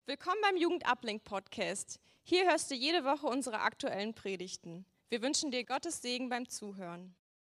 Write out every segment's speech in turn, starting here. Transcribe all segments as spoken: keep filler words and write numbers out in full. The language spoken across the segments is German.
Willkommen beim Jugend-Uplink-Podcast. Hier hörst du jede Woche unsere aktuellen Predigten. Wir wünschen dir Gottes Segen beim Zuhören.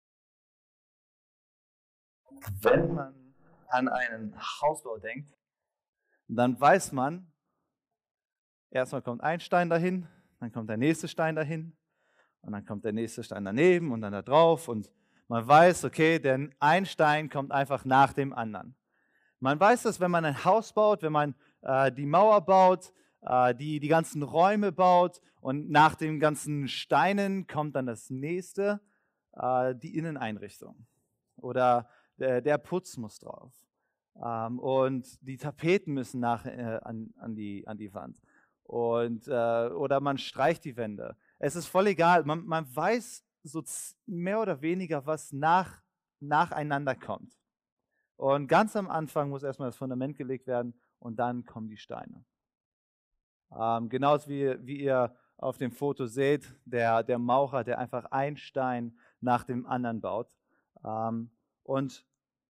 Wenn man an einen Hausbau denkt, dann weiß man, erstmal kommt ein Stein dahin, dann kommt der nächste Stein dahin und dann kommt der nächste Stein daneben und dann da drauf und man weiß, okay, denn ein Stein kommt einfach nach dem anderen. Man weiß das, wenn man ein Haus baut, wenn man äh, die Mauer baut, äh, die, die ganzen Räume baut und nach den ganzen Steinen kommt dann das nächste, äh, die Inneneinrichtung oder der, der Putz muss drauf ähm, und die Tapeten müssen nach, äh, an, an, die, an die Wand und, äh, oder man streicht die Wände. Es ist voll egal, man, man weiß so mehr oder weniger, was nach, nacheinander kommt. Und ganz am Anfang muss erstmal das Fundament gelegt werden und dann kommen die Steine. Ähm, genauso wie, wie ihr auf dem Foto seht, der, der Maurer, der einfach einen Stein nach dem anderen baut. Ähm, und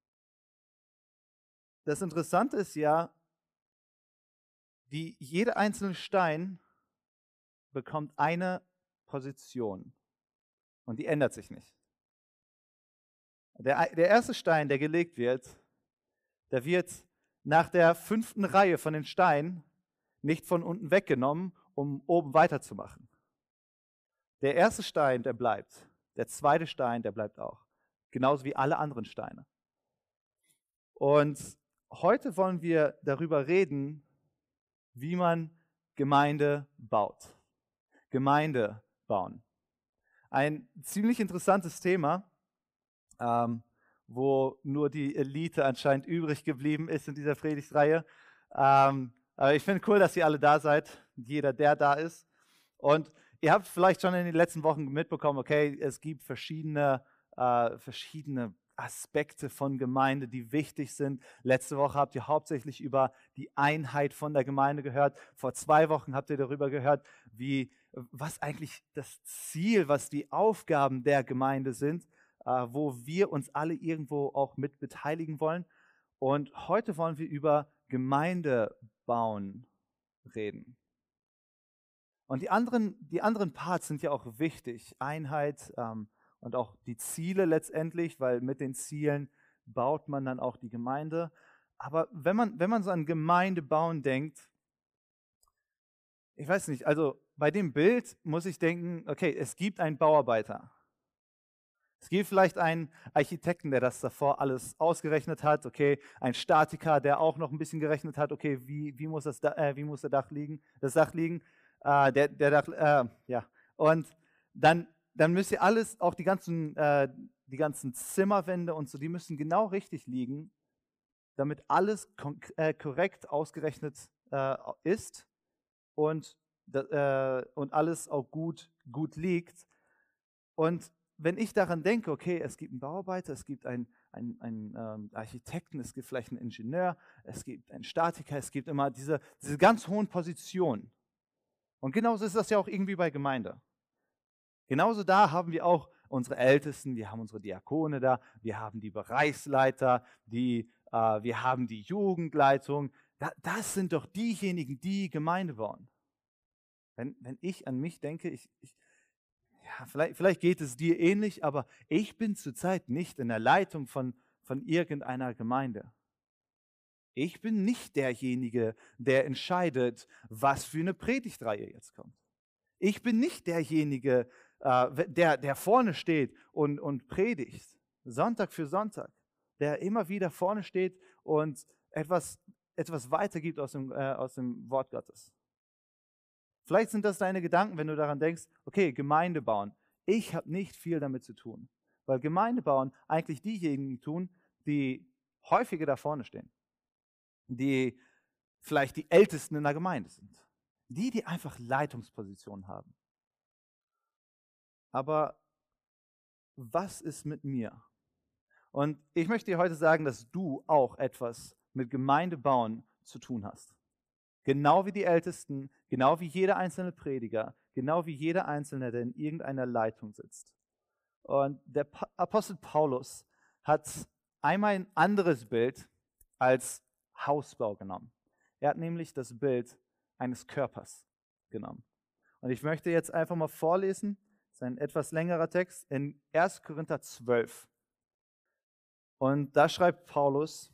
das Interessante ist ja, die, jeder einzelne Stein bekommt eine Position und die ändert sich nicht. Der, der erste Stein, der gelegt wird, der wird nach der fünften Reihe von den Steinen nicht von unten weggenommen, um oben weiterzumachen. Der erste Stein, der bleibt. Der zweite Stein, der bleibt auch. Genauso wie alle anderen Steine. Und heute wollen wir darüber reden, wie man Gemeinde baut. Gemeinde bauen. Ein ziemlich interessantes Thema, ähm, wo nur die Elite anscheinend übrig geblieben ist in dieser Predigtreihe. Ähm, aber ich finde cool, dass ihr alle da seid, jeder, der da ist. Und ihr habt vielleicht schon in den letzten Wochen mitbekommen, okay, es gibt verschiedene, äh, verschiedene Aspekte von Gemeinde, die wichtig sind. Letzte Woche habt ihr hauptsächlich über die Einheit von der Gemeinde gehört. Vor zwei Wochen habt ihr darüber gehört, wie, was eigentlich das Ziel, was die Aufgaben der Gemeinde sind, äh, wo wir uns alle irgendwo auch mit beteiligen wollen. Und heute wollen wir über Gemeinde bauen reden. Und die anderen, die anderen Parts sind ja auch wichtig. Einheit ähm, und auch die Ziele letztendlich, weil mit den Zielen baut man dann auch die Gemeinde. Aber wenn man, wenn man so an Gemeinde bauen denkt, ich weiß nicht, also bei dem Bild muss ich denken, okay, es gibt einen Bauarbeiter. Es gibt vielleicht einen Architekten, der das davor alles ausgerechnet hat, okay, ein Statiker, der auch noch ein bisschen gerechnet hat, okay, wie, wie, muss, das, äh, wie muss der Dach liegen, das Dach liegen, äh, der, der Dach, äh, ja, und dann, dann müsst ihr alles, auch die ganzen, äh, die ganzen Zimmerwände und so, die müssen genau richtig liegen, damit alles äh, korrekt ausgerechnet äh, ist und, äh, und alles auch gut, gut liegt. Und wenn ich daran denke, okay, es gibt einen Bauarbeiter, es gibt einen, einen, einen ähm, Architekten, es gibt vielleicht einen Ingenieur, es gibt einen Statiker, es gibt immer diese, diese ganz hohen Positionen. Und genauso ist das ja auch irgendwie bei Gemeinde. Genauso da haben wir auch unsere Ältesten, wir haben unsere Diakone da, wir haben die Bereichsleiter, die, äh, wir haben die Jugendleitung. Da, das sind doch diejenigen, die Gemeinde bauen. Wenn, wenn ich an mich denke, ich, ich Ja, vielleicht, vielleicht geht es dir ähnlich, aber ich bin zurzeit nicht in der Leitung von, von irgendeiner Gemeinde. Ich bin nicht derjenige, der entscheidet, was für eine Predigtreihe jetzt kommt. Ich bin nicht derjenige, äh, der, der vorne steht und, und predigt, Sonntag für Sonntag, der immer wieder vorne steht und etwas, etwas weitergibt aus dem, äh, aus dem Wort Gottes. Vielleicht sind das deine Gedanken, wenn du daran denkst, okay, Gemeinde bauen. Ich habe nicht viel damit zu tun, weil Gemeinde bauen eigentlich diejenigen tun, die häufiger da vorne stehen, die vielleicht die Ältesten in der Gemeinde sind, die, die einfach Leitungspositionen haben. Aber was ist mit mir? Und ich möchte dir heute sagen, dass du auch etwas mit Gemeinde bauen zu tun hast. Genau wie die Ältesten, genau wie jeder einzelne Prediger, genau wie jeder Einzelne, der in irgendeiner Leitung sitzt. Und der Apostel Paulus hat einmal ein anderes Bild als Hausbau genommen. Er hat nämlich das Bild eines Körpers genommen. Und ich möchte jetzt einfach mal vorlesen, das ist ein etwas längerer Text, in erster Korinther zwölf. Und da schreibt Paulus: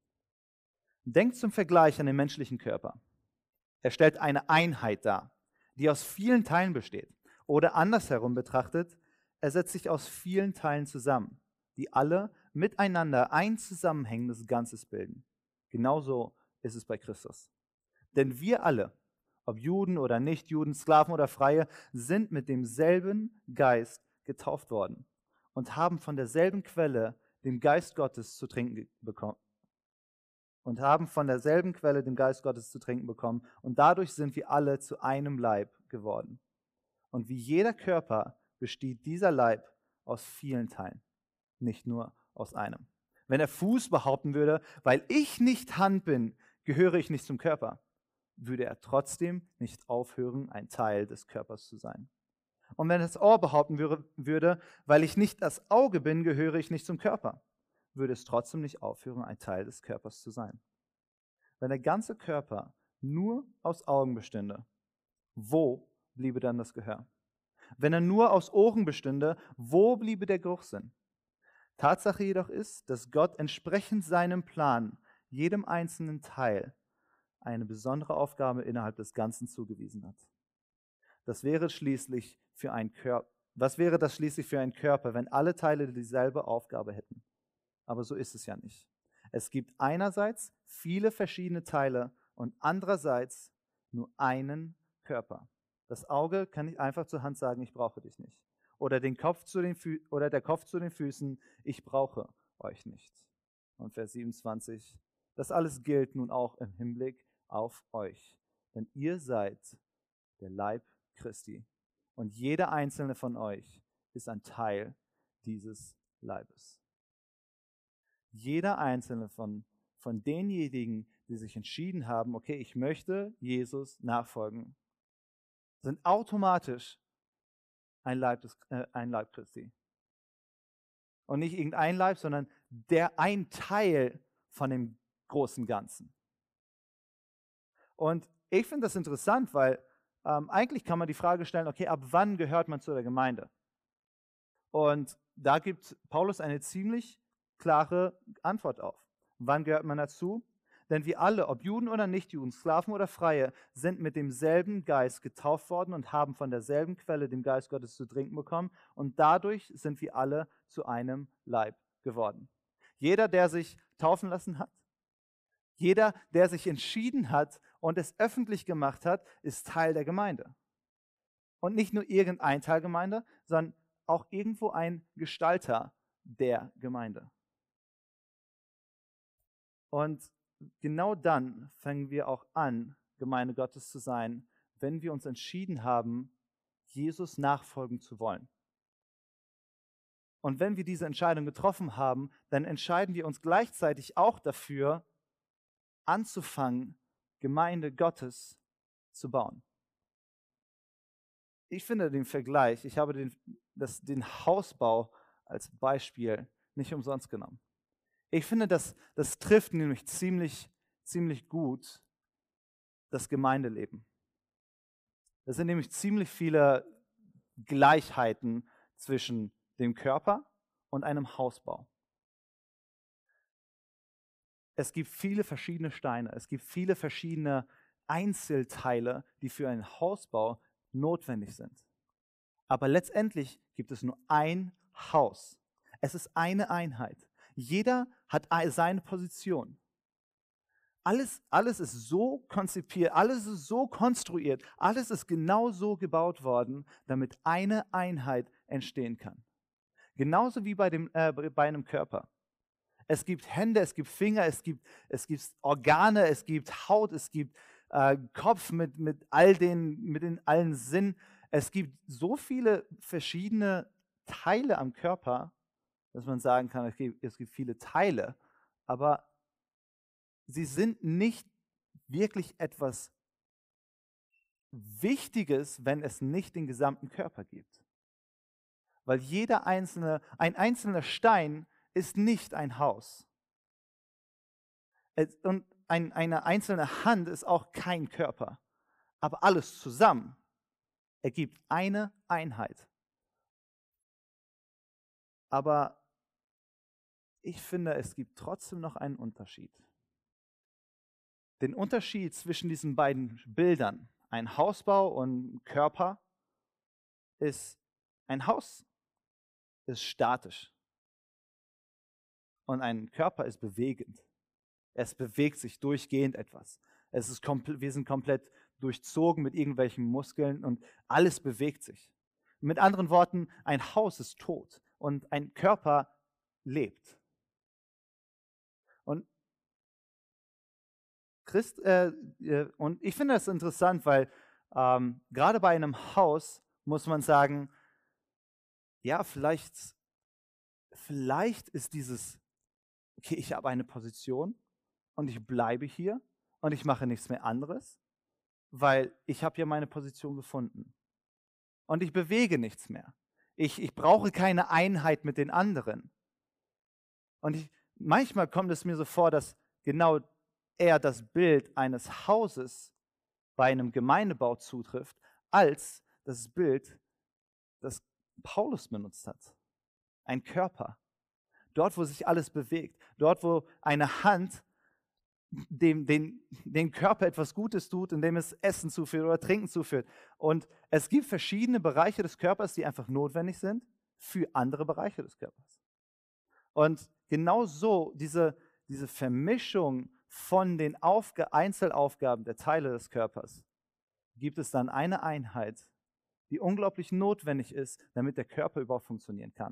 Denkt zum Vergleich an den menschlichen Körper. Er stellt eine Einheit dar, die aus vielen Teilen besteht. Oder andersherum betrachtet, er setzt sich aus vielen Teilen zusammen, die alle miteinander ein zusammenhängendes Ganzes bilden. Genauso ist es bei Christus. Denn wir alle, ob Juden oder Nichtjuden, Sklaven oder Freie, sind mit demselben Geist getauft worden und haben von derselben Quelle den Geist Gottes zu trinken bekommen. Und haben von derselben Quelle den Geist Gottes zu trinken bekommen. Und dadurch sind wir alle zu einem Leib geworden. Und wie jeder Körper besteht dieser Leib aus vielen Teilen, nicht nur aus einem. Wenn der Fuß behaupten würde, weil ich nicht Hand bin, gehöre ich nicht zum Körper, würde er trotzdem nicht aufhören, ein Teil des Körpers zu sein. Und wenn das Ohr behaupten würde, weil ich nicht das Auge bin, gehöre ich nicht zum Körper, würde es trotzdem nicht aufhören, ein Teil des Körpers zu sein. Wenn der ganze Körper nur aus Augen bestünde, wo bliebe dann das Gehör? Wenn er nur aus Ohren bestünde, wo bliebe der Geruchssinn? Tatsache jedoch ist, dass Gott entsprechend seinem Plan jedem einzelnen Teil eine besondere Aufgabe innerhalb des Ganzen zugewiesen hat. Das wäre schließlich für einen Körper, was wäre das schließlich für einen Körper, wenn alle Teile dieselbe Aufgabe hätten? Aber so ist es ja nicht. Es gibt einerseits viele verschiedene Teile und andererseits nur einen Körper. Das Auge kann nicht einfach zur Hand sagen, ich brauche dich nicht. Oder, den Kopf zu den Fü- oder der Kopf zu den Füßen, ich brauche euch nicht. Und Vers siebenundzwanzig, das alles gilt nun auch im Hinblick auf euch. Denn ihr seid der Leib Christi. Und jeder einzelne von euch ist ein Teil dieses Leibes. Jeder einzelne von, von denjenigen, die sich entschieden haben, okay, ich möchte Jesus nachfolgen, sind automatisch ein Leib, des, äh, ein Leib Christi. Und nicht irgendein Leib, sondern der ein Teil von dem großen Ganzen. Und ich finde das interessant, weil ähm, eigentlich kann man die Frage stellen, okay, ab wann gehört man zu der Gemeinde? Und da gibt Paulus eine ziemlich klare Antwort auf. Wann gehört man dazu? Denn wir alle, ob Juden oder Nichtjuden, Sklaven oder Freie, sind mit demselben Geist getauft worden und haben von derselben Quelle, dem Geist Gottes, zu trinken bekommen. Und dadurch sind wir alle zu einem Leib geworden. Jeder, der sich taufen lassen hat, jeder, der sich entschieden hat und es öffentlich gemacht hat, ist Teil der Gemeinde. Und nicht nur irgendein Teil der Gemeinde, sondern auch irgendwo ein Gestalter der Gemeinde. Und genau dann fangen wir auch an, Gemeinde Gottes zu sein, wenn wir uns entschieden haben, Jesus nachfolgen zu wollen. Und wenn wir diese Entscheidung getroffen haben, dann entscheiden wir uns gleichzeitig auch dafür, anzufangen, Gemeinde Gottes zu bauen. Ich finde den Vergleich, ich habe den, das, den Hausbau als Beispiel nicht umsonst genommen. Ich finde, das, das trifft nämlich ziemlich, ziemlich gut das Gemeindeleben. Es sind nämlich ziemlich viele Gleichheiten zwischen dem Körper und einem Hausbau. Es gibt viele verschiedene Steine, es gibt viele verschiedene Einzelteile, die für einen Hausbau notwendig sind. Aber letztendlich gibt es nur ein Haus. Es ist eine Einheit. Jeder hat seine Position. Alles, alles ist so konzipiert, alles ist so konstruiert, alles ist genau so gebaut worden, damit eine Einheit entstehen kann. Genauso wie bei, dem, äh, bei einem Körper. Es gibt Hände, es gibt Finger, es gibt, es gibt Organe, es gibt Haut, es gibt äh, Kopf mit, mit, all den, mit den allen Sinnen. Es gibt so viele verschiedene Teile am Körper, dass man sagen kann, es gibt, es gibt viele Teile, aber sie sind nicht wirklich etwas Wichtiges, wenn es nicht den gesamten Körper gibt. Weil jeder einzelne, ein einzelner Stein ist nicht ein Haus. Es, und ein, eine einzelne Hand ist auch kein Körper. aber alles zusammen ergibt eine Einheit. Aber ich finde, es gibt trotzdem noch einen Unterschied. Den Unterschied zwischen diesen beiden Bildern, ein Hausbau und ein Körper, ist, ein Haus ist statisch und ein Körper ist bewegend. Es bewegt sich durchgehend etwas. Es ist kompl- wir sind komplett durchzogen mit irgendwelchen Muskeln und alles bewegt sich. Mit anderen Worten, ein Haus ist tot und ein Körper lebt. Und, Christ, äh, äh, und ich finde das interessant, weil ähm, gerade bei einem Haus muss man sagen, ja, vielleicht, vielleicht ist dieses, okay, ich habe eine Position und ich bleibe hier und ich mache nichts mehr anderes, weil ich habe ja meine Position gefunden. Und ich bewege nichts mehr. Ich, ich brauche keine Einheit mit den anderen. Und ich, manchmal kommt es mir so vor, dass genau eher das Bild eines Hauses bei einem Gemeindebau zutrifft, als das Bild, das Paulus benutzt hat. Ein Körper. Dort, wo sich alles bewegt. Dort, wo eine Hand dem, dem, dem Körper etwas Gutes tut, indem es Essen zuführt oder Trinken zuführt. Und es gibt verschiedene Bereiche des Körpers, die einfach notwendig sind für andere Bereiche des Körpers. Und genau so diese, diese Vermischung von den Aufga- Einzelaufgaben der Teile des Körpers gibt es dann eine Einheit, die unglaublich notwendig ist, damit der Körper überhaupt funktionieren kann.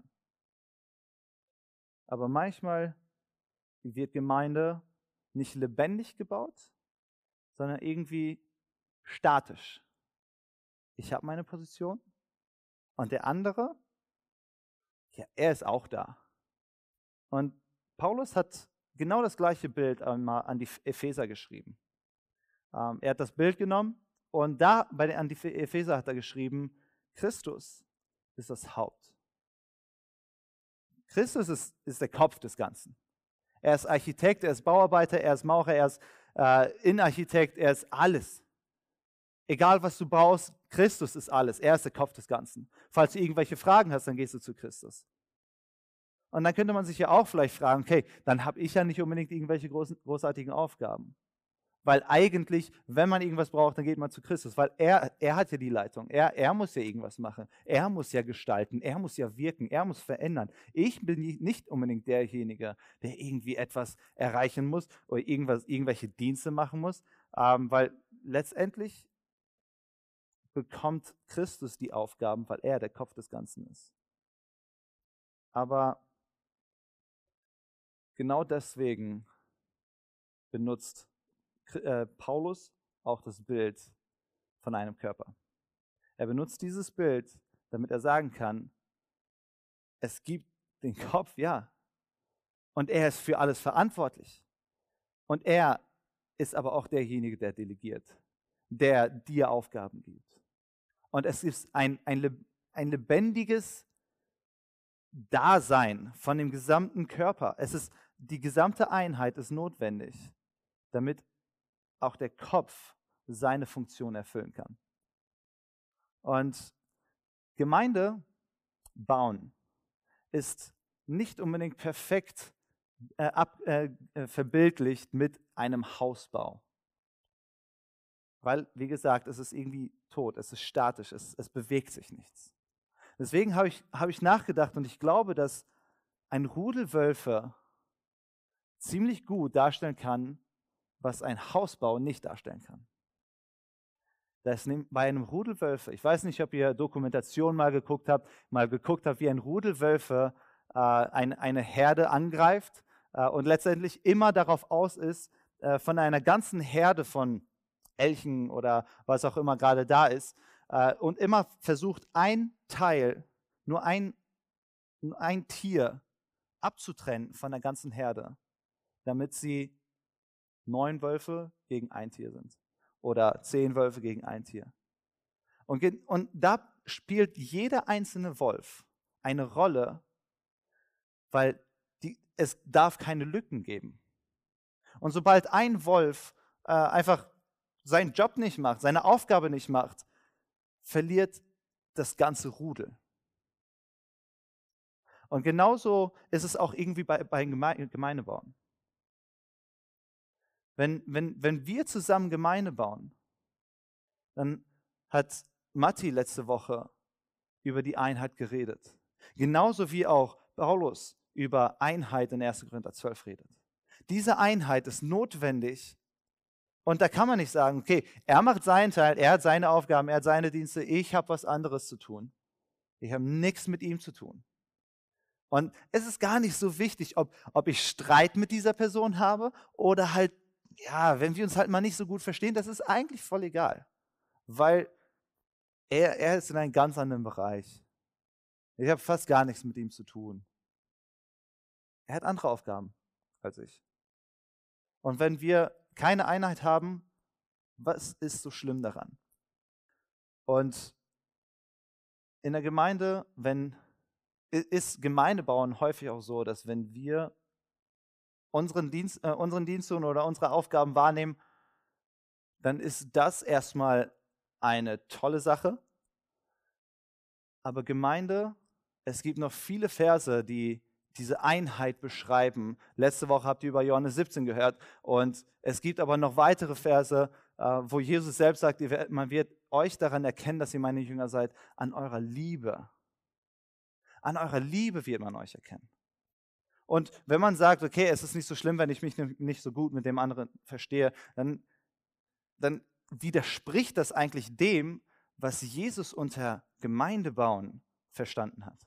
Aber manchmal wird Gemeinde nicht lebendig gebaut, sondern irgendwie statisch. Ich habe meine Position und der andere, ja, er ist auch da. Und Paulus hat genau das gleiche Bild einmal an die Epheser geschrieben. Ähm, er hat das Bild genommen und da bei den, an die Epheser hat er geschrieben, Christus ist das Haupt. Christus ist, ist der Kopf des Ganzen. Er ist Architekt, er ist Bauarbeiter, er ist Maurer, er ist äh, Innenarchitekt, er ist alles. Egal, was du brauchst, Christus ist alles. Er ist der Kopf des Ganzen. Falls du irgendwelche Fragen hast, dann gehst du zu Christus. Und dann könnte man sich ja auch vielleicht fragen, okay, dann habe ich ja nicht unbedingt irgendwelche großen, großartigen Aufgaben. Weil eigentlich, wenn man irgendwas braucht, dann geht man zu Christus, weil er, er hat ja die Leitung. Er, er muss ja irgendwas machen. Er muss ja gestalten. Er muss ja wirken. Er muss verändern. Ich bin nicht unbedingt derjenige, der irgendwie etwas erreichen muss oder irgendwas, irgendwelche Dienste machen muss, ähm, weil letztendlich bekommt Christus die Aufgaben, weil er der Kopf des Ganzen ist. Aber genau deswegen benutzt äh, Paulus auch das Bild von einem Körper. Er benutzt dieses Bild, damit er sagen kann, es gibt den Kopf, ja, und er ist für alles verantwortlich. Und er ist aber auch derjenige, der delegiert, der dir Aufgaben gibt. Und es ist ein, ein, ein lebendiges Dasein von dem gesamten Körper. Es ist, die gesamte Einheit ist notwendig, damit auch der Kopf seine Funktion erfüllen kann. Und Gemeinde bauen ist nicht unbedingt perfekt äh, ab, äh, äh, verbildlicht mit einem Hausbau. Weil, wie gesagt, es ist irgendwie tot, es ist statisch, es, es bewegt sich nichts. Deswegen habe ich, hab ich nachgedacht und ich glaube, dass ein Rudel Wölfe ziemlich gut darstellen kann, was ein Hausbau nicht darstellen kann. Das bei einem Rudel Wölfe, ich weiß nicht, ob ihr Dokumentation mal geguckt habt, mal geguckt habt, wie ein Rudel Wölfe äh, ein, eine Herde angreift äh, und letztendlich immer darauf aus ist, äh, von einer ganzen Herde von Elchen oder was auch immer gerade da ist, äh, und immer versucht, ein Teil, nur ein, nur ein Tier abzutrennen von der ganzen Herde, damit sie neun Wölfe gegen ein Tier sind. Oder zehn Wölfe gegen ein Tier. Und, und da spielt jeder einzelne Wolf eine Rolle, weil die, es darf keine Lücken geben. Und sobald ein Wolf äh, einfach seinen Job nicht macht, seine Aufgabe nicht macht, verliert das ganze Rudel. Und genauso ist es auch irgendwie bei, bei Geme- Gemeinde bauen. Wenn, wenn, wenn wir zusammen Gemeinde bauen, dann hat Matti letzte Woche über die Einheit geredet. Genauso wie auch Paulus über Einheit in erster Korinther zwölf redet. Diese Einheit ist notwendig und da kann man nicht sagen, okay, er macht seinen Teil, er hat seine Aufgaben, er hat seine Dienste, ich habe was anderes zu tun. Ich habe nichts mit ihm zu tun. Und es ist gar nicht so wichtig, ob, ob ich Streit mit dieser Person habe oder halt, ja, wenn wir uns halt mal nicht so gut verstehen, das ist eigentlich voll egal. Weil er, er ist in einem ganz anderen Bereich. Ich habe fast gar nichts mit ihm zu tun. Er hat andere Aufgaben als ich. Und wenn wir keine Einheit haben, was ist so schlimm daran? Und in der Gemeinde, wenn ist Gemeindebauen häufig auch so, dass wenn wir unseren Dienst, äh, unseren Dienst tun oder unsere Aufgaben wahrnehmen, dann ist das erstmal eine tolle Sache. Aber Gemeinde, es gibt noch viele Verse, die diese Einheit beschreiben. Letzte Woche habt ihr über Johannes siebzehn gehört. Und es gibt aber noch weitere Verse, äh, wo Jesus selbst sagt, ihr werdet, man wird euch daran erkennen, dass ihr meine Jünger seid, an eurer Liebe. An eurer Liebe wird man euch erkennen. Und wenn man sagt, okay, es ist nicht so schlimm, wenn ich mich nicht so gut mit dem anderen verstehe, dann, dann widerspricht das eigentlich dem, was Jesus unter Gemeindebauen verstanden hat.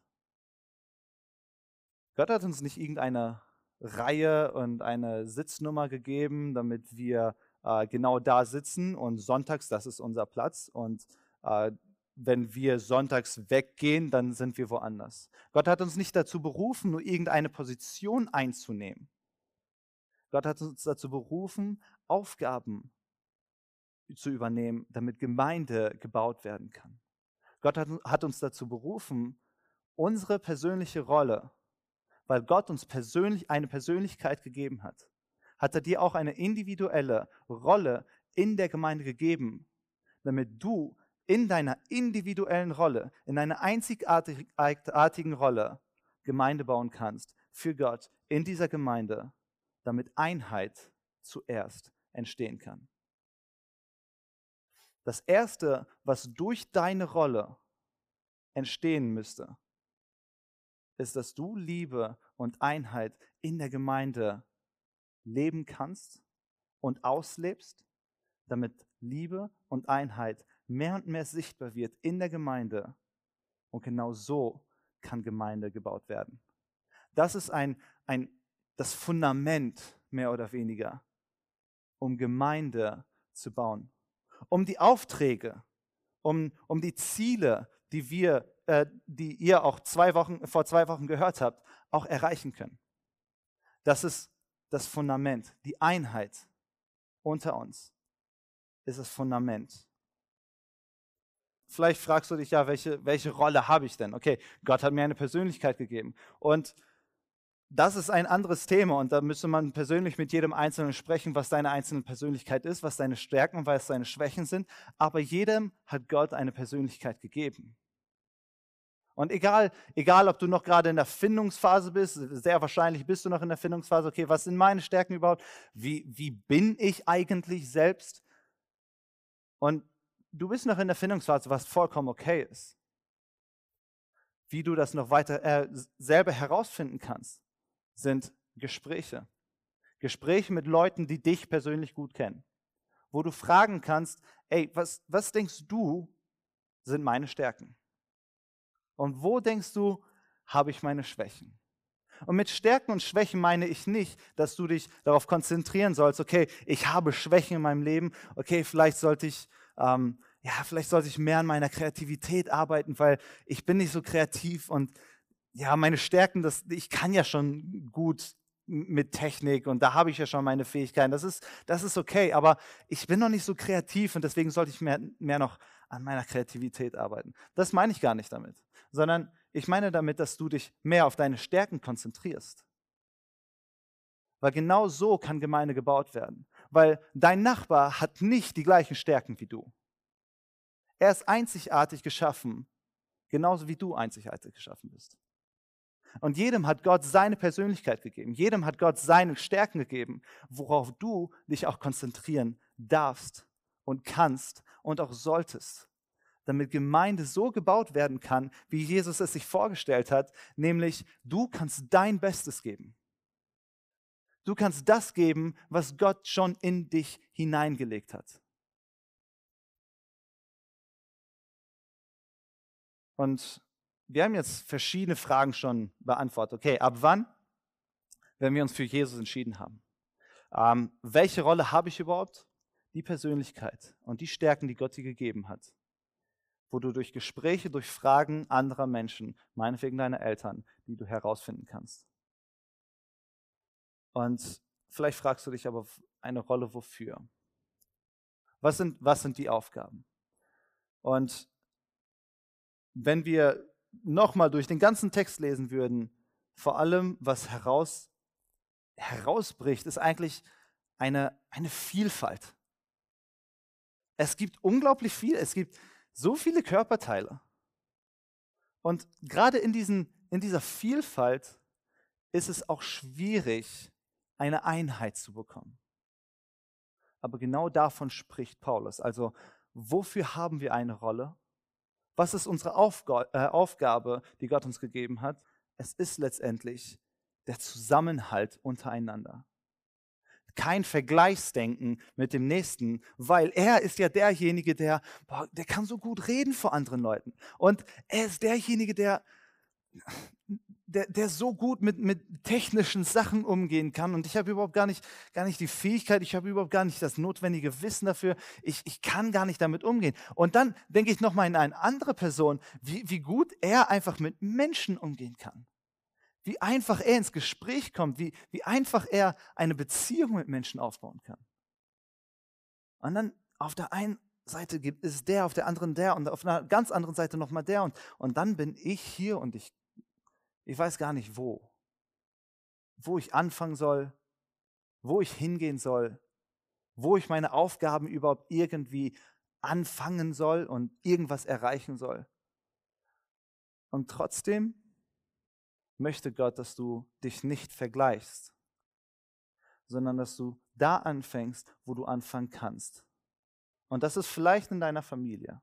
Gott hat uns nicht irgendeine Reihe und eine Sitznummer gegeben, damit wir äh, genau da sitzen und sonntags, das ist unser Platz und äh, wenn wir sonntags weggehen, dann sind wir woanders. Gott hat uns nicht dazu berufen, nur irgendeine Position einzunehmen. Gott hat uns dazu berufen, Aufgaben zu übernehmen, damit Gemeinde gebaut werden kann. Gott hat, hat uns dazu berufen, unsere persönliche Rolle, weil Gott uns persönlich eine Persönlichkeit gegeben hat, hat er dir auch eine individuelle Rolle in der Gemeinde gegeben, damit du in deiner individuellen Rolle, in deiner einzigartigen Rolle Gemeinde bauen kannst für Gott in dieser Gemeinde, damit Einheit zuerst entstehen kann. Das Erste, was durch deine Rolle entstehen müsste, ist, dass du Liebe und Einheit in der Gemeinde leben kannst und auslebst, damit Liebe und Einheit mehr und mehr sichtbar wird in der Gemeinde. Und genau so kann Gemeinde gebaut werden. Das ist ein, ein, das Fundament, mehr oder weniger, um Gemeinde zu bauen. Um die Aufträge, um, um die Ziele, die wir, äh, die ihr auch zwei Wochen, vor zwei Wochen gehört habt, auch erreichen können. Das ist das Fundament, die Einheit unter uns ist das Fundament. Vielleicht fragst du dich ja, welche, welche Rolle habe ich denn? Okay, Gott hat mir eine Persönlichkeit gegeben. Und das ist ein anderes Thema und da müsste man persönlich mit jedem Einzelnen sprechen, was deine einzelne Persönlichkeit ist, was deine Stärken und was deine Schwächen sind. Aber jedem hat Gott eine Persönlichkeit gegeben. Und egal, egal, ob du noch gerade in der Findungsphase bist, sehr wahrscheinlich bist du noch in der Findungsphase, okay, was sind meine Stärken überhaupt? Wie, wie bin ich eigentlich selbst? Und du bist noch in der Findungsphase, was vollkommen okay ist. Wie du das noch weiter äh, selber herausfinden kannst, sind Gespräche. Gespräche mit Leuten, die dich persönlich gut kennen. Wo du fragen kannst, ey, was, was denkst du, sind meine Stärken? Und wo denkst du, habe ich meine Schwächen? Und mit Stärken und Schwächen meine ich nicht, dass du dich darauf konzentrieren sollst, okay, ich habe Schwächen in meinem Leben, okay, vielleicht sollte ich, ähm, ja, vielleicht sollte ich mehr an meiner Kreativität arbeiten, weil ich bin nicht so kreativ und ja, meine Stärken, das, ich kann ja schon gut mit Technik und da habe ich ja schon meine Fähigkeiten, das ist, das ist okay, aber ich bin noch nicht so kreativ und deswegen sollte ich mehr, mehr noch an meiner Kreativität arbeiten. Das meine ich gar nicht damit, sondern ich meine damit, dass du dich mehr auf deine Stärken konzentrierst. Weil genau so kann Gemeinde gebaut werden. weil dein Nachbar hat nicht die gleichen Stärken wie du. Er ist einzigartig geschaffen, genauso wie du einzigartig geschaffen bist. Und jedem hat Gott seine Persönlichkeit gegeben. Jedem hat Gott seine Stärken gegeben, worauf du dich auch konzentrieren darfst und kannst und auch solltest, damit Gemeinde so gebaut werden kann, wie Jesus es sich vorgestellt hat, nämlich du kannst dein Bestes geben. Du kannst das geben, was Gott schon in dich hineingelegt hat. Und wir haben jetzt verschiedene Fragen schon beantwortet. Okay, ab wann, wenn wir uns für Jesus entschieden haben? Ähm, welche Rolle habe ich überhaupt? Die Persönlichkeit und die Stärken, die Gott dir gegeben hat. Wo du durch Gespräche, durch Fragen anderer Menschen, meinetwegen deiner Eltern, die du herausfinden kannst. Und vielleicht fragst du dich aber eine Rolle wofür? Was sind, was sind die Aufgaben? Und wenn wir nochmal durch den ganzen Text lesen würden, vor allem was heraus, herausbricht, ist eigentlich eine, eine Vielfalt. Es gibt unglaublich viel, es gibt so viele Körperteile. Und gerade in, diesen, in dieser Vielfalt ist es auch schwierig, eine Einheit zu bekommen. Aber genau davon spricht Paulus. Also, wofür haben wir eine Rolle? Was ist unsere Aufga- äh, Aufgabe, die Gott uns gegeben hat? Es ist letztendlich der Zusammenhalt untereinander. Kein Vergleichsdenken mit dem Nächsten, weil er ist ja derjenige, der, boah, der kann so gut reden vor anderen Leuten. Und er ist derjenige, der, der, der so gut mit, mit technischen Sachen umgehen kann. Und ich habe überhaupt gar nicht, gar nicht die Fähigkeit, ich habe überhaupt gar nicht das notwendige Wissen dafür. Ich, ich kann gar nicht damit umgehen. Und dann denke ich nochmal in eine andere Person, wie, wie gut er einfach mit Menschen umgehen kann. Wie einfach er ins Gespräch kommt, wie, wie einfach er eine Beziehung mit Menschen aufbauen kann. Und dann auf der einen Seite gibt es der, auf der anderen der und auf einer ganz anderen Seite nochmal der. Und, und dann bin ich hier und ich, ich weiß gar nicht wo. Wo ich anfangen soll, wo ich hingehen soll, wo ich meine Aufgaben überhaupt irgendwie anfangen soll und irgendwas erreichen soll. Und trotzdem möchte Gott, dass du dich nicht vergleichst, sondern dass du da anfängst, wo du anfangen kannst. Und das ist vielleicht in deiner Familie.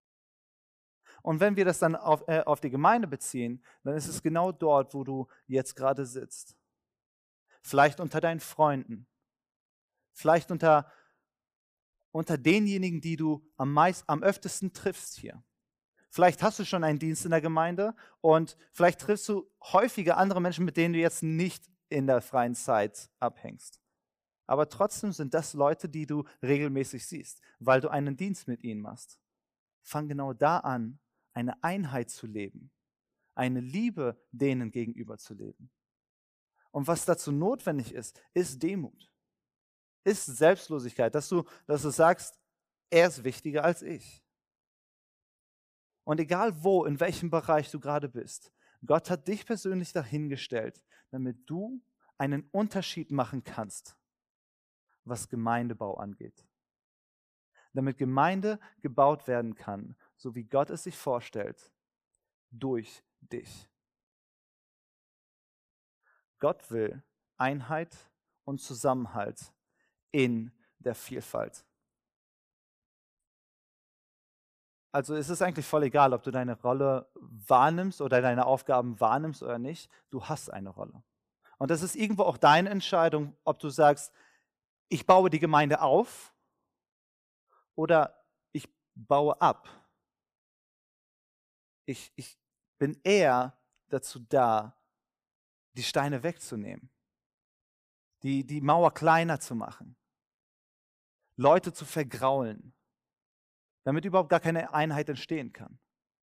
Und wenn wir das dann auf, äh, auf die Gemeinde beziehen, dann ist es genau dort, wo du jetzt gerade sitzt. Vielleicht unter deinen Freunden. Vielleicht unter, unter denjenigen, die du am, meist, am öftesten triffst hier. Vielleicht hast du schon einen Dienst in der Gemeinde und vielleicht triffst du häufiger andere Menschen, mit denen du jetzt nicht in der freien Zeit abhängst. Aber trotzdem sind das Leute, die du regelmäßig siehst, weil du einen Dienst mit ihnen machst. Fang genau da an, eine Einheit zu leben, eine Liebe denen gegenüber zu leben. Und was dazu notwendig ist, ist Demut, ist Selbstlosigkeit, dass du, dass du sagst, er ist wichtiger als ich. Und egal wo, in welchem Bereich du gerade bist, Gott hat dich persönlich dahingestellt, damit du einen Unterschied machen kannst, was Gemeindebau angeht. Damit Gemeinde gebaut werden kann, so wie Gott es sich vorstellt, durch dich. Gott will Einheit und Zusammenhalt in der Vielfalt. Also es ist eigentlich voll egal, ob du deine Rolle wahrnimmst oder deine Aufgaben wahrnimmst oder nicht. Du hast eine Rolle. Und das ist irgendwo auch deine Entscheidung, ob du sagst, ich baue die Gemeinde auf oder ich baue ab. Ich, ich bin eher dazu da, die Steine wegzunehmen, die, die Mauer kleiner zu machen, Leute zu vergraulen, damit überhaupt gar keine Einheit entstehen kann.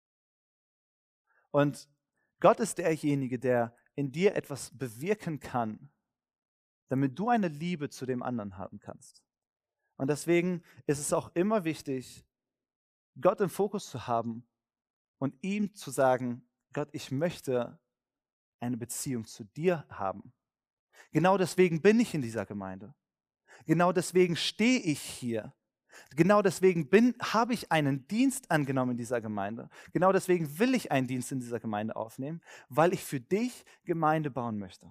Und Gott ist derjenige, der in dir etwas bewirken kann, damit du eine Liebe zu dem anderen haben kannst. Und deswegen ist es auch immer wichtig, Gott im Fokus zu haben und ihm zu sagen, Gott, ich möchte eine Beziehung zu dir haben. Genau deswegen bin ich in dieser Gemeinde. Genau deswegen stehe ich hier. Genau deswegen bin, habe ich einen Dienst angenommen in dieser Gemeinde. Genau deswegen will ich einen Dienst in dieser Gemeinde aufnehmen, weil ich für dich Gemeinde bauen möchte.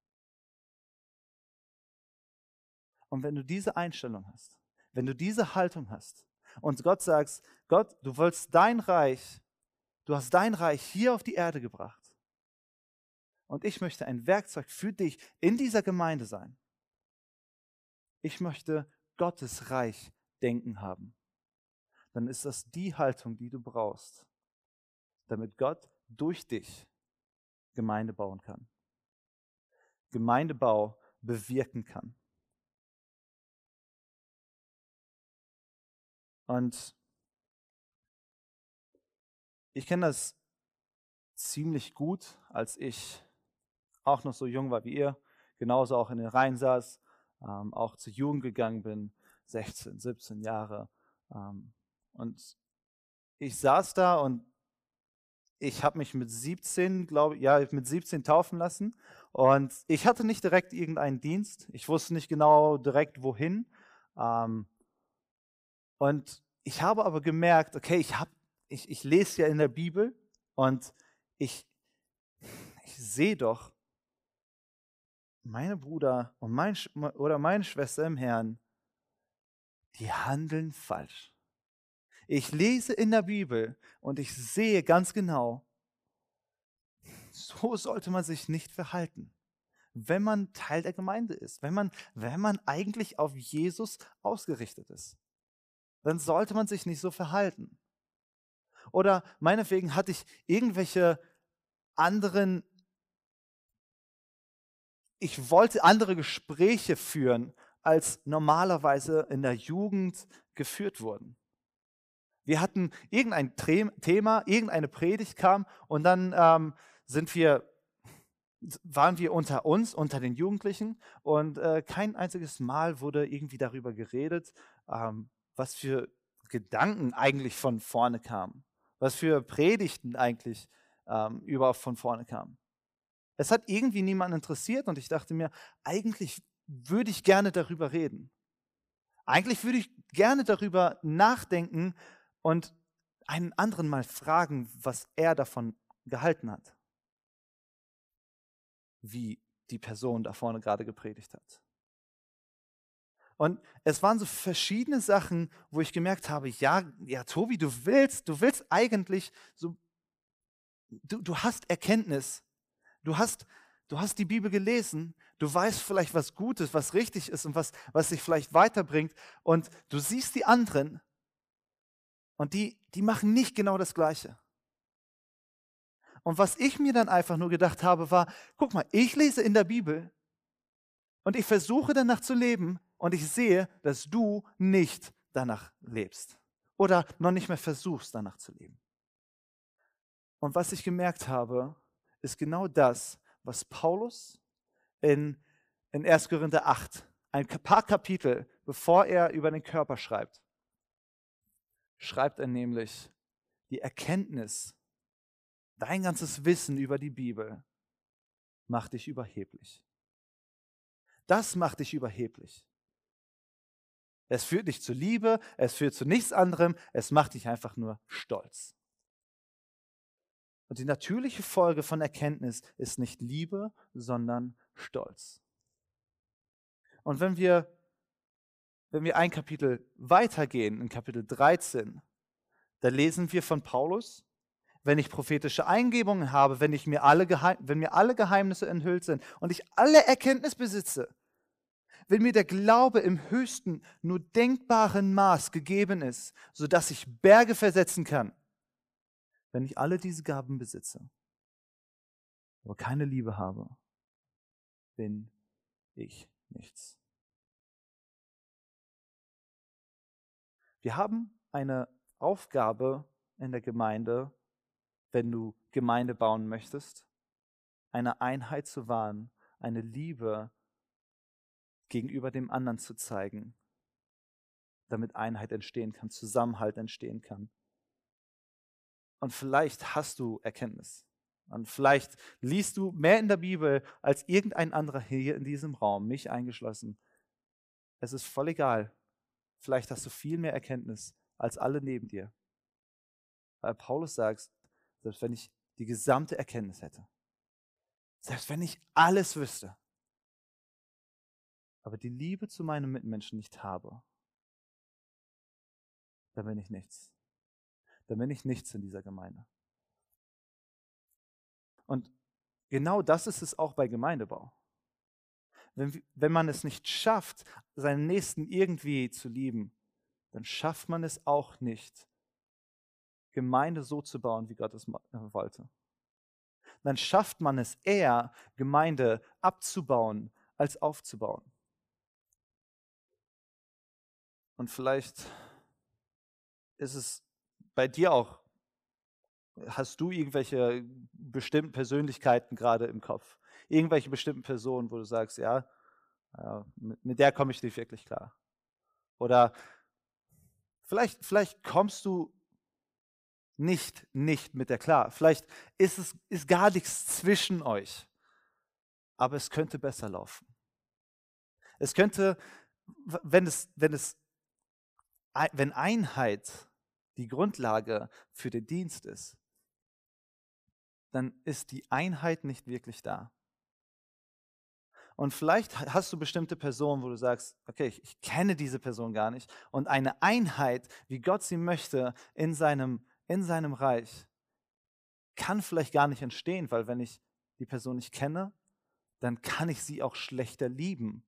Und wenn du diese Einstellung hast, wenn du diese Haltung hast und Gott sagst, Gott, du willst dein Reich, du hast dein Reich hier auf die Erde gebracht und ich möchte ein Werkzeug für dich in dieser Gemeinde sein. Ich möchte Gottes Reich denken haben. Dann ist das die Haltung, die du brauchst, damit Gott durch dich Gemeinde bauen kann. Gemeindebau bewirken kann. Und ich kenne das ziemlich gut, als ich auch noch so jung war wie ihr, genauso auch in den Reihen saß, ähm, auch zur Jugend gegangen bin, sechzehn, siebzehn Jahre. Ähm, und ich saß da und ich habe mich mit siebzehn, glaube ich, ja, mit siebzehn taufen lassen. Und ich hatte nicht direkt irgendeinen Dienst. Ich wusste nicht genau direkt wohin. Ähm, und ich habe aber gemerkt, okay, ich, hab, ich, ich lese ja in der Bibel und ich, ich sehe doch, meine Bruder und mein, oder meine Schwester im Herrn, die handeln falsch. Ich lese in der Bibel und ich sehe ganz genau, so sollte man sich nicht verhalten, wenn man Teil der Gemeinde ist, wenn man, wenn man eigentlich auf Jesus ausgerichtet ist. Dann sollte man sich nicht so verhalten. Oder meinetwegen hatte ich irgendwelche anderen, ich wollte andere Gespräche führen, als normalerweise in der Jugend geführt wurden. Wir hatten irgendein Thema, irgendeine Predigt kam und dann ähm, sind wir, waren wir unter uns, unter den Jugendlichen und äh, kein einziges Mal wurde irgendwie darüber geredet, ähm, was für Gedanken eigentlich von vorne kamen, was für Predigten eigentlich ähm, überhaupt von vorne kamen. Es hat irgendwie niemanden interessiert und ich dachte mir, eigentlich würde ich gerne darüber reden. Eigentlich würde ich gerne darüber nachdenken und einen anderen mal fragen, was er davon gehalten hat, wie die Person da vorne gerade gepredigt hat. Und es waren so verschiedene Sachen, wo ich gemerkt habe, ja, ja, Tobi, du willst, du willst eigentlich so, du, du hast Erkenntnis, du hast, du hast die Bibel gelesen, du weißt vielleicht, was gut ist, was richtig ist und was, was dich vielleicht weiterbringt und du siehst die anderen und die, die machen nicht genau das Gleiche. Und was ich mir dann einfach nur gedacht habe, war, guck mal, ich lese in der Bibel und ich versuche danach zu leben und ich sehe, dass du nicht danach lebst oder noch nicht mehr versuchst, danach zu leben. Und was ich gemerkt habe, ist genau das, was Paulus in, in erster Korinther acht, ein paar Kapitel, bevor er über den Körper schreibt, schreibt er nämlich, die Erkenntnis, dein ganzes Wissen über die Bibel macht dich überheblich. Das macht dich überheblich. Es führt dich zur Liebe, es führt zu nichts anderem, es macht dich einfach nur stolz. Und die natürliche Folge von Erkenntnis ist nicht Liebe, sondern Stolz. Und wenn wir, wenn wir ein Kapitel weitergehen, in Kapitel dreizehn, da lesen wir von Paulus, wenn ich prophetische Eingebungen habe, wenn, ich mir alle Geheim, wenn mir alle Geheimnisse enthüllt sind und ich alle Erkenntnis besitze, wenn mir der Glaube im höchsten, nur denkbaren Maß gegeben ist, sodass ich Berge versetzen kann, wenn ich alle diese Gaben besitze, aber keine Liebe habe, bin ich nichts. Wir haben eine Aufgabe in der Gemeinde, wenn du Gemeinde bauen möchtest, eine Einheit zu wahren, eine Liebe gegenüber dem anderen zu zeigen, damit Einheit entstehen kann, Zusammenhalt entstehen kann. Und vielleicht hast du Erkenntnis. Und vielleicht liest du mehr in der Bibel als irgendein anderer hier in diesem Raum, mich eingeschlossen. es ist voll egal. Vielleicht hast du viel mehr Erkenntnis als alle neben dir. Weil Paulus sagt, selbst wenn ich die gesamte Erkenntnis hätte, selbst wenn ich alles wüsste, aber die Liebe zu meinem Mitmenschen nicht habe, dann bin ich nichts. Dann bin ich nichts in dieser Gemeinde. Und genau das ist es auch bei Gemeindebau. Wenn, wenn man es nicht schafft, seinen Nächsten irgendwie zu lieben, dann schafft man es auch nicht, Gemeinde so zu bauen, wie Gott es wollte. Dann schafft man es eher, Gemeinde abzubauen, als aufzubauen. Und vielleicht ist es bei dir auch, hast du irgendwelche bestimmten Persönlichkeiten gerade im Kopf? Irgendwelche bestimmten Personen, wo du sagst, ja, mit, mit der komme ich nicht wirklich klar. Oder vielleicht, vielleicht kommst du nicht, nicht mit der klar. Vielleicht ist es ist gar nichts zwischen euch. Aber es könnte besser laufen. Es könnte, wenn es, wenn es, wenn Einheit die Grundlage für den Dienst ist, dann ist die Einheit nicht wirklich da. Und vielleicht hast du bestimmte Personen, wo du sagst, okay, ich, ich kenne diese Person gar nicht. Und eine Einheit, wie Gott sie möchte, in seinem, in seinem Reich, kann vielleicht gar nicht entstehen, weil wenn ich die Person nicht kenne, dann kann ich sie auch schlechter lieben.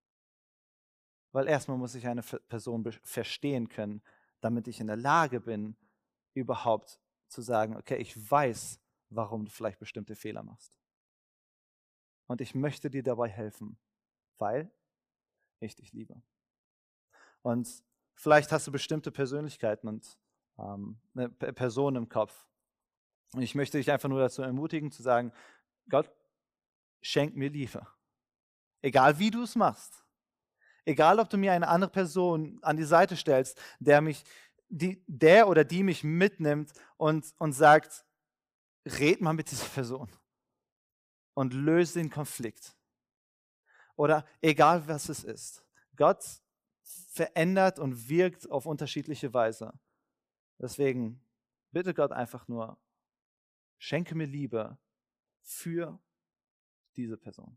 Weil erstmal muss ich eine Person verstehen können, damit ich in der Lage bin, überhaupt zu sagen, okay, ich weiß, warum du vielleicht bestimmte Fehler machst. Und ich möchte dir dabei helfen, weil ich dich liebe. Und vielleicht hast du bestimmte Persönlichkeiten und ähm, eine Person im Kopf. Und ich möchte dich einfach nur dazu ermutigen, zu sagen, Gott, schenk mir Liebe. Egal wie du es machst. Egal, ob du mir eine andere Person an die Seite stellst, der mich, die, der oder die mich mitnimmt und, und sagt, red mal mit dieser Person und löse den Konflikt. Oder egal, was es ist. Gott verändert und wirkt auf unterschiedliche Weise. Deswegen bitte Gott einfach nur, schenke mir Liebe für diese Person.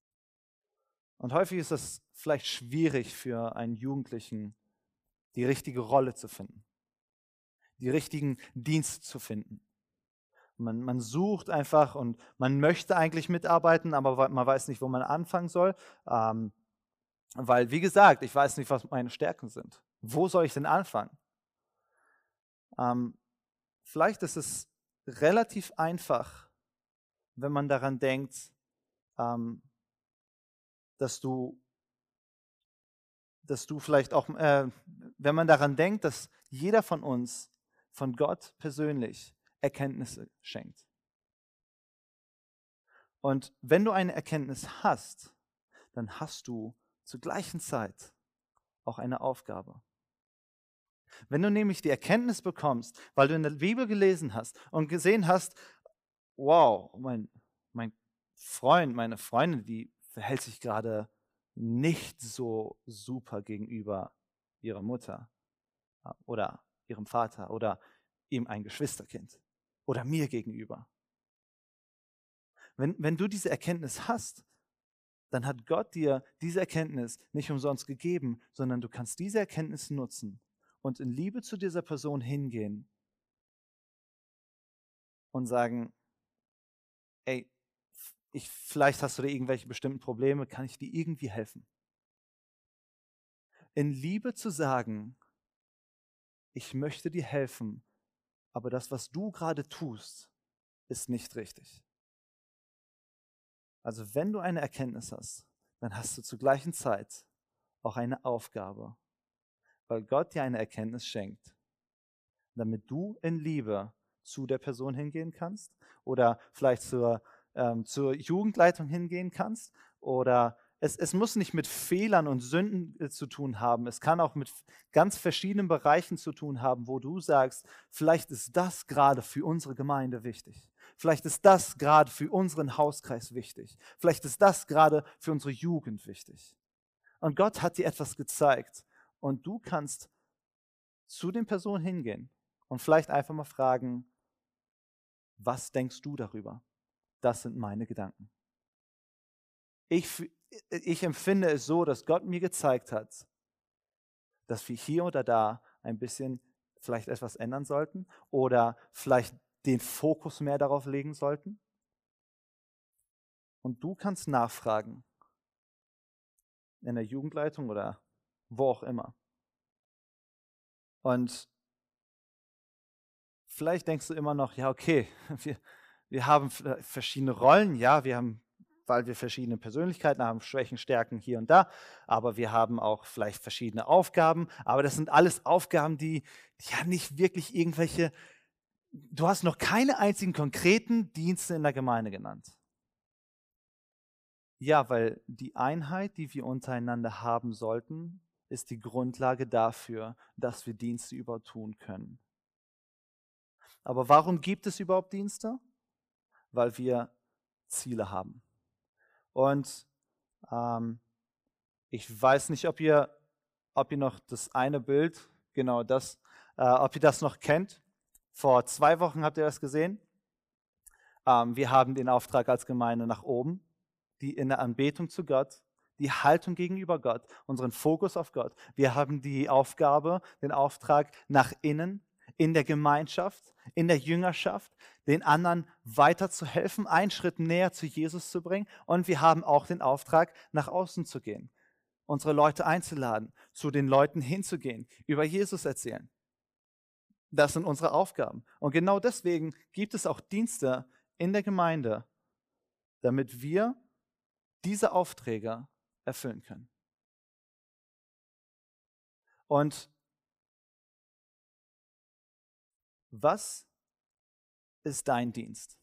Und häufig ist es vielleicht schwierig für einen Jugendlichen, die richtige Rolle zu finden, die richtigen Dienst zu finden. Man, man sucht einfach und man möchte eigentlich mitarbeiten, aber man weiß nicht, wo man anfangen soll. Ähm, weil, wie gesagt, ich weiß nicht, was meine Stärken sind. Wo soll ich denn anfangen? Ähm, vielleicht ist es relativ einfach, wenn man daran denkt, ähm, dass du, dass du vielleicht auch, äh, wenn man daran denkt, dass jeder von uns von Gott persönlich Erkenntnisse schenkt. Und wenn du eine Erkenntnis hast, dann hast du zur gleichen Zeit auch eine Aufgabe. Wenn du nämlich die Erkenntnis bekommst, weil du in der Bibel gelesen hast und gesehen hast, wow, mein, mein Freund, meine Freundin, die verhält sich gerade nicht so super gegenüber ihrer Mutter oder ihrem Vater oder ihm ein Geschwisterkind oder mir gegenüber. Wenn, wenn du diese Erkenntnis hast, dann hat Gott dir diese Erkenntnis nicht umsonst gegeben, sondern du kannst diese Erkenntnis nutzen und in Liebe zu dieser Person hingehen und sagen, ey, ich, vielleicht hast du da irgendwelche bestimmten Probleme, kann ich dir irgendwie helfen? In Liebe zu sagen, ich möchte dir helfen, aber das, was du gerade tust, ist nicht richtig. Also wenn du eine Erkenntnis hast, dann hast du zur gleichen Zeit auch eine Aufgabe, weil Gott dir eine Erkenntnis schenkt, damit du in Liebe zu der Person hingehen kannst oder vielleicht zur, ähm, zur Jugendleitung hingehen kannst oder es, es muss nicht mit Fehlern und Sünden äh, zu tun haben, es kann auch mit ganz verschiedenen Bereichen zu tun haben, wo du sagst, vielleicht ist das gerade für unsere Gemeinde wichtig. Vielleicht ist das gerade für unseren Hauskreis wichtig. Vielleicht ist das gerade für unsere Jugend wichtig. Und Gott hat dir etwas gezeigt. Und du kannst zu den Personen hingehen und vielleicht einfach mal fragen, was denkst du darüber? Das sind meine Gedanken. Ich, ich empfinde es so, dass Gott mir gezeigt hat, dass wir hier oder da ein bisschen vielleicht etwas ändern sollten oder vielleicht den Fokus mehr darauf legen sollten. Und du kannst nachfragen in der Jugendleitung oder wo auch immer. Und vielleicht denkst du immer noch, ja okay, wir, wir haben verschiedene Rollen, ja, wir haben, weil wir verschiedene Persönlichkeiten haben, Schwächen, Stärken hier und da, aber wir haben auch vielleicht verschiedene Aufgaben, aber das sind alles Aufgaben, die, die ja nicht wirklich irgendwelche, du hast noch keine einzigen konkreten Dienste in der Gemeinde genannt. Ja, weil die Einheit, die wir untereinander haben sollten, ist die Grundlage dafür, dass wir Dienste überhaupt tun können. Aber warum gibt es überhaupt Dienste? Weil wir Ziele haben. Und ähm, ich weiß nicht, ob ihr, ob ihr noch das eine Bild, genau das, äh, ob ihr das noch kennt. Vor zwei Wochen habt ihr das gesehen. Ähm, wir haben den Auftrag als Gemeinde nach oben, die in der Anbetung zu Gott, die Haltung gegenüber Gott, unseren Fokus auf Gott. Wir haben die Aufgabe, den Auftrag nach innen, in der Gemeinschaft, in der Jüngerschaft, den anderen weiterzuhelfen, einen Schritt näher zu Jesus zu bringen. Und wir haben auch den Auftrag, nach außen zu gehen, unsere Leute einzuladen, zu den Leuten hinzugehen, über Jesus erzählen. Das sind unsere Aufgaben. Und genau deswegen gibt es auch Dienste in der Gemeinde, damit wir diese Aufträge erfüllen können. Und was ist dein Dienst?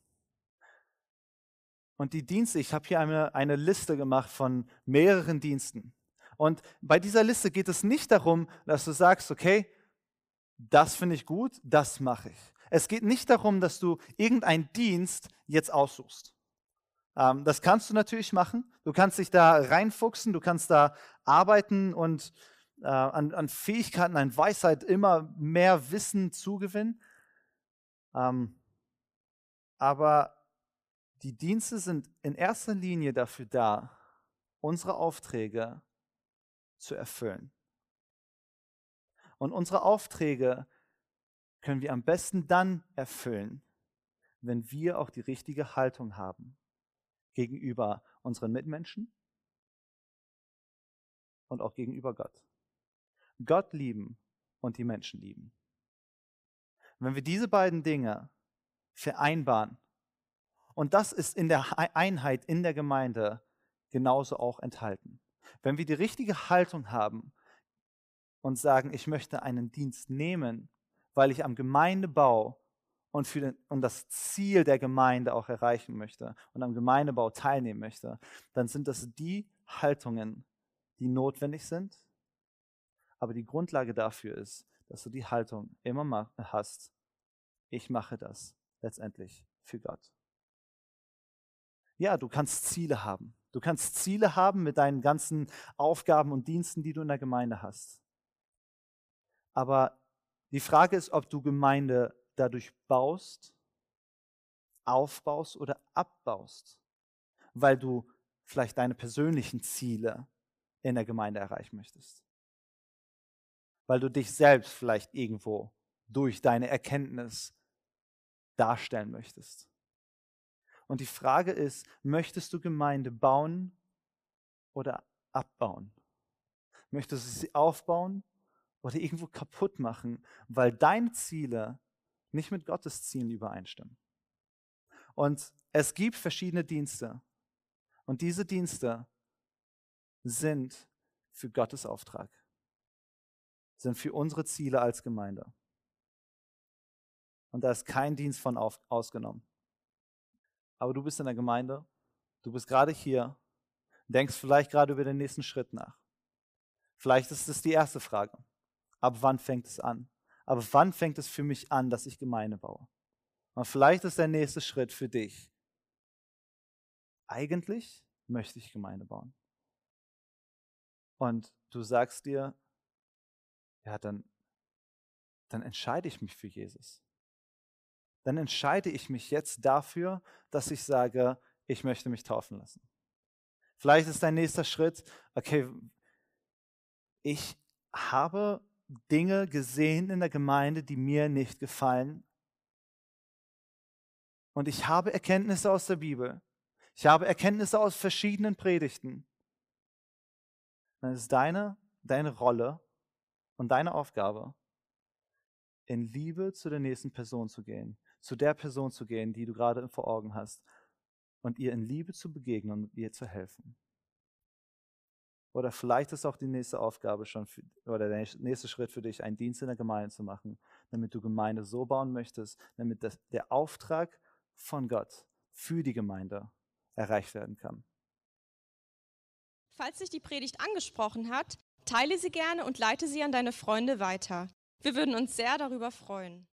Und die Dienste, ich habe hier eine, eine Liste gemacht von mehreren Diensten. Und bei dieser Liste geht es nicht darum, dass du sagst, okay, das finde ich gut, das mache ich. Es geht nicht darum, dass du irgendeinen Dienst jetzt aussuchst. Ähm, das kannst du natürlich machen. Du kannst dich da reinfuchsen, du kannst da arbeiten und äh, an, an Fähigkeiten, an Weisheit immer mehr Wissen zugewinnen. Ähm, aber die Dienste sind in erster Linie dafür da, unsere Aufträge zu erfüllen. Und unsere Aufträge können wir am besten dann erfüllen, wenn wir auch die richtige Haltung haben gegenüber unseren Mitmenschen und auch gegenüber Gott. Gott lieben und die Menschen lieben. Wenn wir diese beiden Dinge vereinbaren, und das ist in der Einheit in der Gemeinde genauso auch enthalten. Wenn wir die richtige Haltung haben und sagen, ich möchte einen Dienst nehmen, weil ich am Gemeindebau und für den, und das Ziel der Gemeinde auch erreichen möchte und am Gemeindebau teilnehmen möchte, dann sind das die Haltungen, die notwendig sind. Aber die Grundlage dafür ist, dass du die Haltung immer hast, ich mache das letztendlich für Gott. Ja, du kannst Ziele haben. Du kannst Ziele haben mit deinen ganzen Aufgaben und Diensten, die du in der Gemeinde hast. Aber die Frage ist, ob du Gemeinde dadurch baust, aufbaust oder abbaust, weil du vielleicht deine persönlichen Ziele in der Gemeinde erreichen möchtest. Weil du dich selbst vielleicht irgendwo durch deine Erkenntnis darstellen möchtest. Und die Frage ist, möchtest du Gemeinde bauen oder abbauen? Möchtest du sie aufbauen oder irgendwo kaputt machen, weil deine Ziele nicht mit Gottes Zielen übereinstimmen? Und es gibt verschiedene Dienste. Und diese Dienste sind für Gottes Auftrag, sind für unsere Ziele als Gemeinde. Und da ist kein Dienst von auf, ausgenommen. Aber du bist in der Gemeinde, du bist gerade hier, denkst vielleicht gerade über den nächsten Schritt nach. Vielleicht ist es die erste Frage. Ab wann fängt es an? Aber wann fängt es für mich an, dass ich Gemeinde baue? Und vielleicht ist der nächste Schritt für dich. Eigentlich möchte ich Gemeinde bauen. Und du sagst dir, ja, dann, dann entscheide ich mich für Jesus. Dann entscheide ich mich jetzt dafür, dass ich sage, ich möchte mich taufen lassen. Vielleicht ist dein nächster Schritt, okay, ich habe Dinge gesehen in der Gemeinde, die mir nicht gefallen. Und ich habe Erkenntnisse aus der Bibel. Ich habe Erkenntnisse aus verschiedenen Predigten. Dann ist deine, deine Rolle und deine Aufgabe, in Liebe zu der nächsten Person zu gehen, zu der Person zu gehen, die du gerade vor Augen hast, und ihr in Liebe zu begegnen und ihr zu helfen. Oder vielleicht ist auch die nächste Aufgabe schon, für, oder der nächste Schritt für dich, einen Dienst in der Gemeinde zu machen, damit du Gemeinde so bauen möchtest, damit das, der Auftrag von Gott für die Gemeinde erreicht werden kann. Falls dich die Predigt angesprochen hat, teile sie gerne und leite sie an deine Freunde weiter. Wir würden uns sehr darüber freuen.